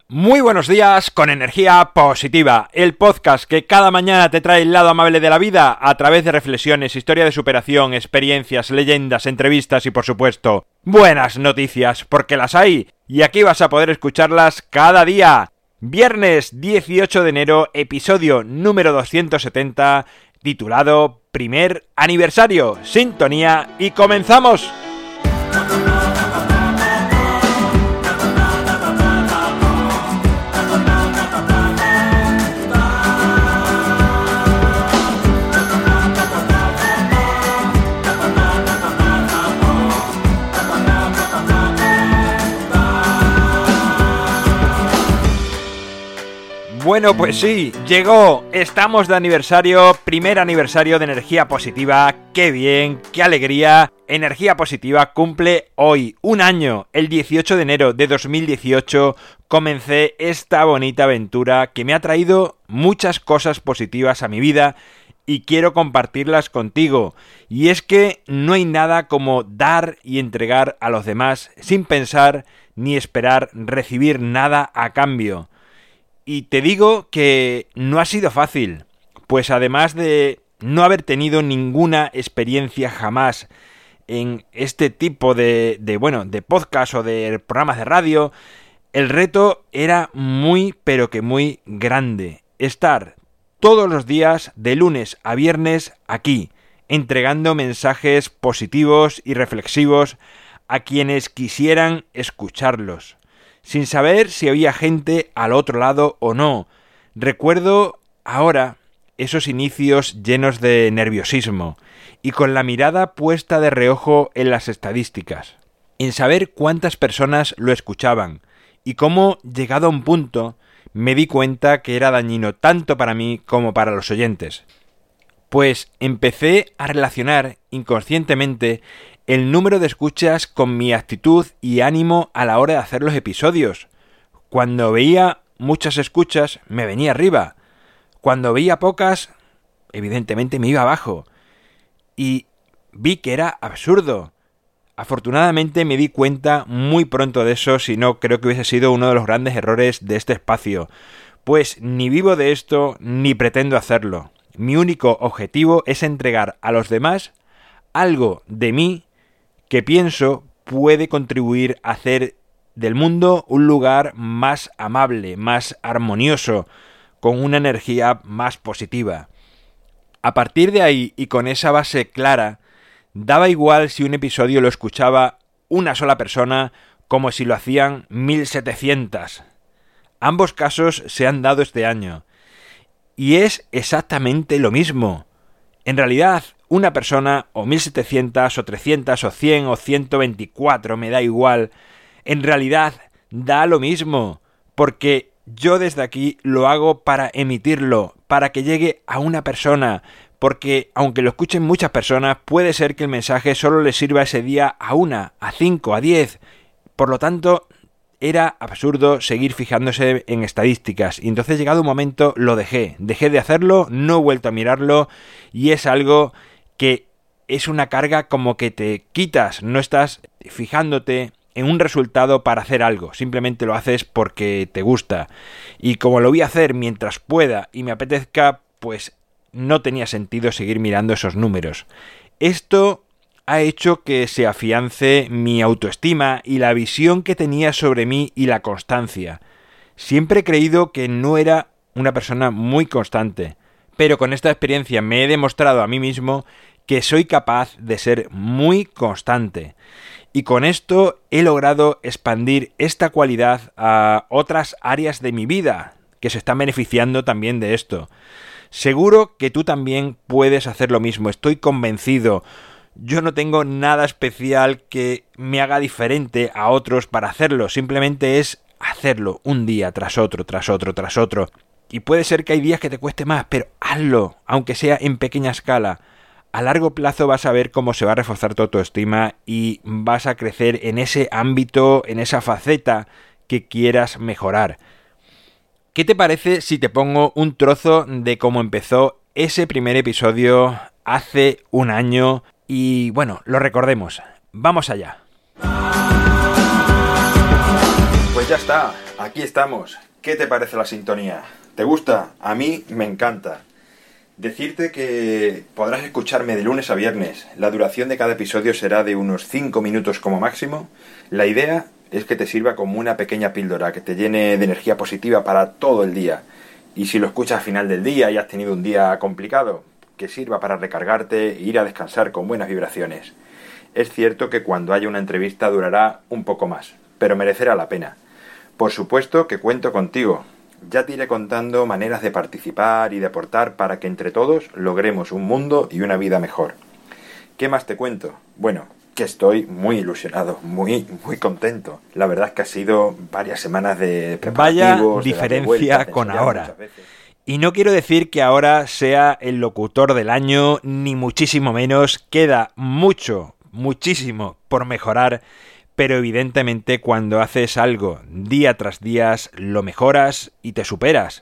Muy buenos días con energía positiva, el podcast que cada mañana te trae el lado amable de la vida a través de reflexiones, historia de superación, experiencias, leyendas, entrevistas y por supuesto, buenas noticias, porque las hay y aquí vas a poder escucharlas cada día. Viernes 18 de enero, episodio número 270, titulado Primer Aniversario. Sintonía y comenzamos. Bueno, pues sí, llegó, estamos de aniversario, primer aniversario de Energía Positiva, qué bien, qué alegría. Energía Positiva cumple hoy un año, el 18 de enero de 2018, comencé esta bonita aventura que me ha traído muchas cosas positivas a mi vida y quiero compartirlas contigo. Y es que no hay nada como dar y entregar a los demás sin pensar ni esperar recibir nada a cambio. Y te digo que no ha sido fácil, pues además de no haber tenido ninguna experiencia jamás en este tipo de podcast o de programas de radio, el reto era muy pero que muy grande. Estar todos los días de lunes a viernes aquí, entregando mensajes positivos y reflexivos a quienes quisieran escucharlos, sin saber si había gente al otro lado o no. Recuerdo ahora esos inicios llenos de nerviosismo y con la mirada puesta de reojo en las estadísticas, en saber cuántas personas lo escuchaban y cómo, llegado a un punto, me di cuenta que era dañino tanto para mí como para los oyentes. Pues empecé a relacionar inconscientemente el número de escuchas con mi actitud y ánimo a la hora de hacer los episodios. Cuando veía muchas escuchas, me venía arriba. Cuando veía pocas, evidentemente me iba abajo. Y vi que era absurdo. Afortunadamente me di cuenta muy pronto de eso, si no creo que hubiese sido uno de los grandes errores de este espacio. Pues ni vivo de esto, ni pretendo hacerlo. Mi único objetivo es entregar a los demás algo de mí que pienso puede contribuir a hacer del mundo un lugar más amable, más armonioso, con una energía más positiva. A partir de ahí y con esa base clara, daba igual si un episodio lo escuchaba una sola persona como si lo hacían 1700. Ambos casos se han dado este año. Y es exactamente lo mismo. En realidad, una persona, o 1700, o 300, o 100, o 124, me da igual, en realidad da lo mismo, porque yo desde aquí lo hago para emitirlo, para que llegue a una persona, porque aunque lo escuchen muchas personas, puede ser que el mensaje solo le sirva ese día a una, a 5, a 10, por lo tanto era absurdo seguir fijándose en estadísticas y entonces llegado un momento lo dejé de hacerlo, no he vuelto a mirarlo y es algo que es una carga como que te quitas, no estás fijándote en un resultado para hacer algo, simplemente lo haces porque te gusta y como lo voy a hacer mientras pueda y me apetezca, pues no tenía sentido seguir mirando esos números. Esto ha hecho que se afiance mi autoestima y la visión que tenía sobre mí y la constancia. Siempre he creído que no era una persona muy constante, pero con esta experiencia me he demostrado a mí mismo que soy capaz de ser muy constante. Y con esto he logrado expandir esta cualidad a otras áreas de mi vida que se están beneficiando también de esto. Seguro que tú también puedes hacer lo mismo, estoy convencido. Yo no tengo nada especial que me haga diferente a otros para hacerlo, simplemente es hacerlo un día tras otro, tras otro, tras otro. Y puede ser que hay días que te cueste más, pero hazlo, aunque sea en pequeña escala. A largo plazo vas a ver cómo se va a reforzar tu autoestima y vas a crecer en ese ámbito, en esa faceta que quieras mejorar. ¿Qué te parece si te pongo un trozo de cómo empezó ese primer episodio hace un año? Y bueno, lo recordemos. Vamos allá. Pues Ya está, aquí estamos. ¿Qué te parece la sintonía? ¿Te gusta? A mí me encanta. Decirte que podrás escucharme de lunes a viernes. La duración de cada episodio será de unos 5 minutos como máximo. La idea es que te sirva como una pequeña píldora que te llene de energía positiva para todo el día. Y si lo escuchas al final del día y has tenido un día complicado, que sirva para recargarte e ir a descansar con buenas vibraciones. Es cierto que cuando haya una entrevista durará un poco más, pero merecerá la pena. Por supuesto que cuento contigo. Ya te iré contando maneras de participar y de aportar para que entre todos logremos un mundo y una vida mejor. ¿Qué más te cuento? Bueno, que estoy muy ilusionado, muy contento. La verdad es que ha sido varias semanas de preparativos. Vaya diferencia con ahora. Y no quiero decir que ahora sea el locutor del año, ni muchísimo menos. Queda muchísimo por mejorar. Pero evidentemente cuando haces algo día tras día lo mejoras y te superas.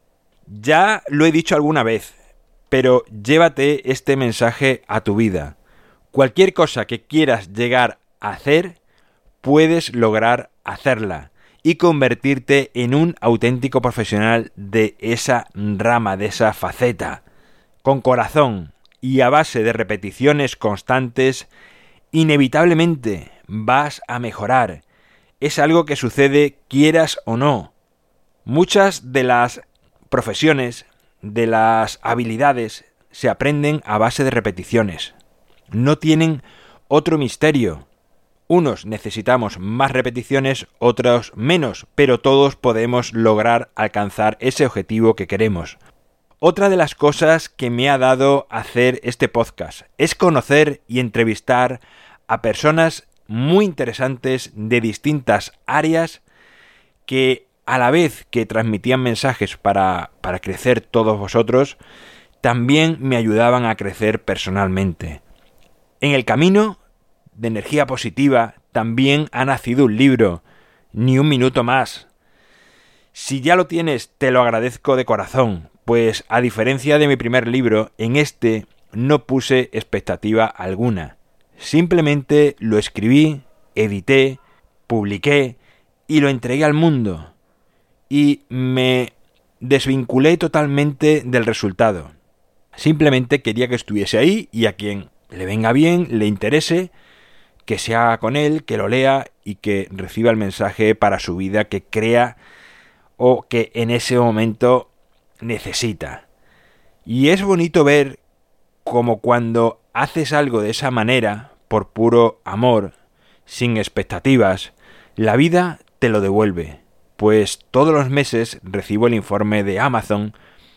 Ya lo he dicho alguna vez, pero llévate este mensaje a tu vida. Cualquier cosa que quieras llegar a hacer, puedes lograr hacerla y convertirte en un auténtico profesional de esa rama, de esa faceta. Con corazón y a base de repeticiones constantes, inevitablemente vas a mejorar. Es algo que sucede quieras o no. Muchas de las profesiones, de las habilidades, se aprenden a base de repeticiones. No tienen otro misterio. Unos necesitamos más repeticiones, otros menos, pero todos podemos lograr alcanzar ese objetivo que queremos. Otra de las cosas que me ha dado hacer este podcast es conocer y entrevistar a personas muy interesantes de distintas áreas que a la vez que transmitían mensajes para crecer todos vosotros, también me ayudaban a crecer personalmente. En el camino de energía positiva también ha nacido un libro, Ni un minuto más. Si ya lo tienes, te lo agradezco de corazón, pues a diferencia de mi primer libro, en este no puse expectativa alguna. Simplemente lo escribí, edité, publiqué y lo entregué al mundo. Y me desvinculé totalmente del resultado. Simplemente quería que estuviese ahí y a quien le venga bien, le interese, que se haga con él, que lo lea y que reciba el mensaje para su vida que crea o que en ese momento necesita. Y es bonito ver como cuando haces algo de esa manera, por puro amor, sin expectativas, la vida te lo devuelve. Pues todos los meses recibo el informe de Amazon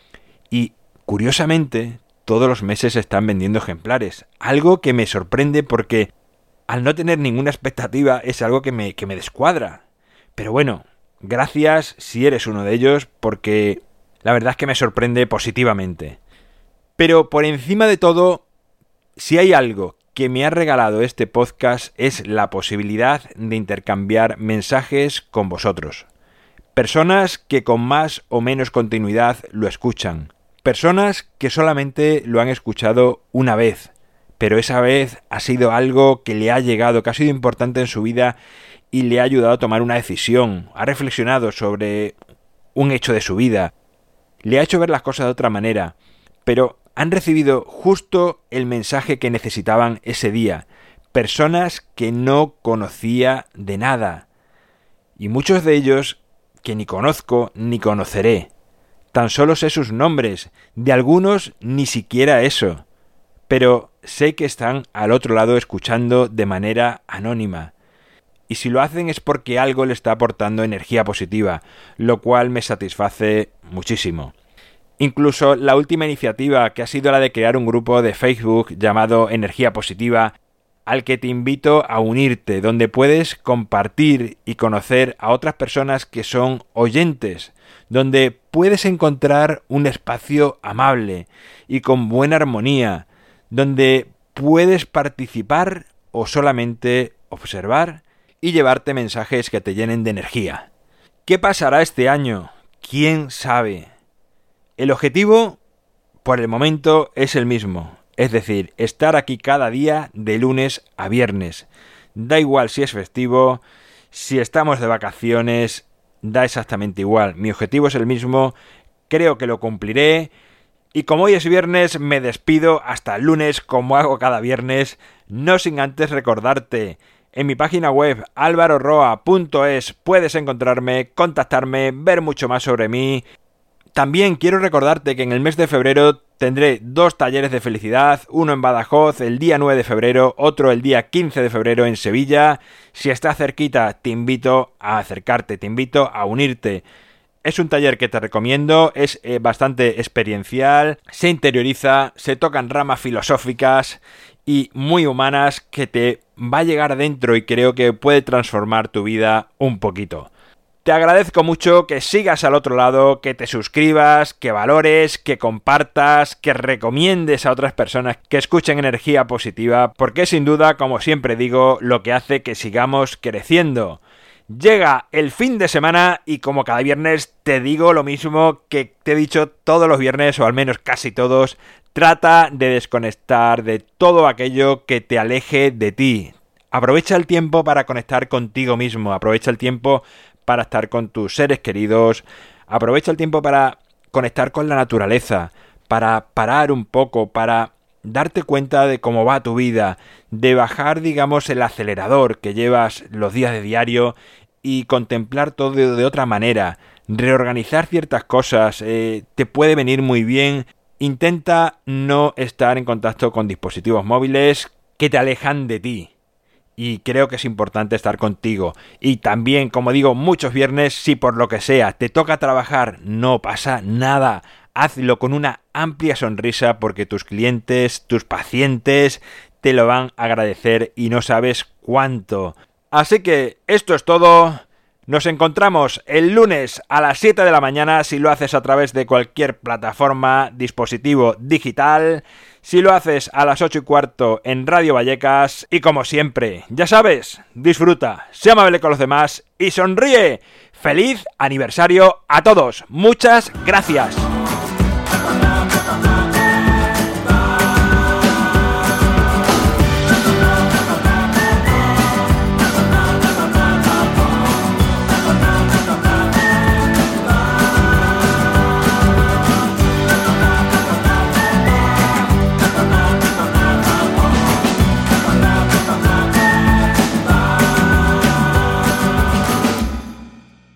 y, curiosamente, todos los meses están vendiendo ejemplares. Algo que me sorprende porque, al no tener ninguna expectativa, es algo que me descuadra. Pero bueno, gracias si eres uno de ellos, porque la verdad es que me sorprende positivamente. Pero por encima de todo, si hay algo que me ha regalado este podcast es la posibilidad de intercambiar mensajes con vosotros. Personas que con más o menos continuidad lo escuchan. Personas que solamente lo han escuchado una vez, pero esa vez ha sido algo que le ha llegado, que ha sido importante en su vida y le ha ayudado a tomar una decisión. Ha reflexionado sobre un hecho de su vida. Le ha hecho ver las cosas de otra manera, pero han recibido justo el mensaje que necesitaban ese día. Personas que no conocía de nada. Y muchos de ellos que ni conozco ni conoceré. Tan solo sé sus nombres, de algunos ni siquiera eso. Pero sé que están al otro lado escuchando de manera anónima. Y si lo hacen es porque algo le está aportando energía positiva, lo cual me satisface muchísimo. Incluso la última iniciativa, que ha sido la de crear un grupo de Facebook llamado Energía Positiva, al que te invito a unirte, donde puedes compartir y conocer a otras personas que son oyentes, donde puedes encontrar un espacio amable y con buena armonía, donde puedes participar o solamente observar y llevarte mensajes que te llenen de energía. ¿Qué pasará este año? ¿Quién sabe? El objetivo, por el momento, es el mismo. Es decir, estar aquí cada día de lunes a viernes. Da igual si es festivo, si estamos de vacaciones, da exactamente igual. Mi objetivo es el mismo, creo que lo cumpliré. Y como hoy es viernes, me despido hasta el lunes, como hago cada viernes, no sin antes recordarte. En mi página web alvaroroa.es puedes encontrarme, contactarme, ver mucho más sobre mí. También quiero recordarte que en el mes de febrero tendré 2 talleres de felicidad, uno en Badajoz el día 9 de febrero, otro el día 15 de febrero en Sevilla. Si estás cerquita, te invito a acercarte, te invito a unirte. Es un taller que te recomiendo, es bastante experiencial, se interioriza, se tocan ramas filosóficas y muy humanas que te va a llegar dentro y creo que puede transformar tu vida un poquito. Te agradezco mucho que sigas al otro lado, que te suscribas, que valores, que compartas, que recomiendes a otras personas que escuchen energía positiva, porque sin duda, como siempre digo, lo que hace que sigamos creciendo. Llega el fin de semana y como cada viernes te digo lo mismo que te he dicho todos los viernes, o al menos casi todos, trata de desconectar de todo aquello que te aleje de ti. Aprovecha el tiempo para conectar contigo mismo, aprovecha el tiempo para estar con tus seres queridos, aprovecha el tiempo para conectar con la naturaleza, para parar un poco, para darte cuenta de cómo va tu vida, de bajar, digamos, el acelerador que llevas los días de diario y contemplar todo de otra manera, reorganizar ciertas cosas, te puede venir muy bien. Intenta no estar en contacto con dispositivos móviles que te alejan de ti. Y creo que es importante estar contigo. Y también, como digo, muchos viernes, si por lo que sea te toca trabajar, no pasa nada. Hazlo con una amplia sonrisa porque tus clientes, tus pacientes te lo van a agradecer y no sabes cuánto. Así que esto es todo. Nos encontramos el lunes a las 7 de la mañana si lo haces a través de cualquier plataforma, dispositivo digital. Si lo haces a las 8:15 en Radio Vallecas. Y como siempre, ya sabes, disfruta, sé amable con los demás y sonríe. ¡Feliz aniversario a todos! ¡Muchas gracias!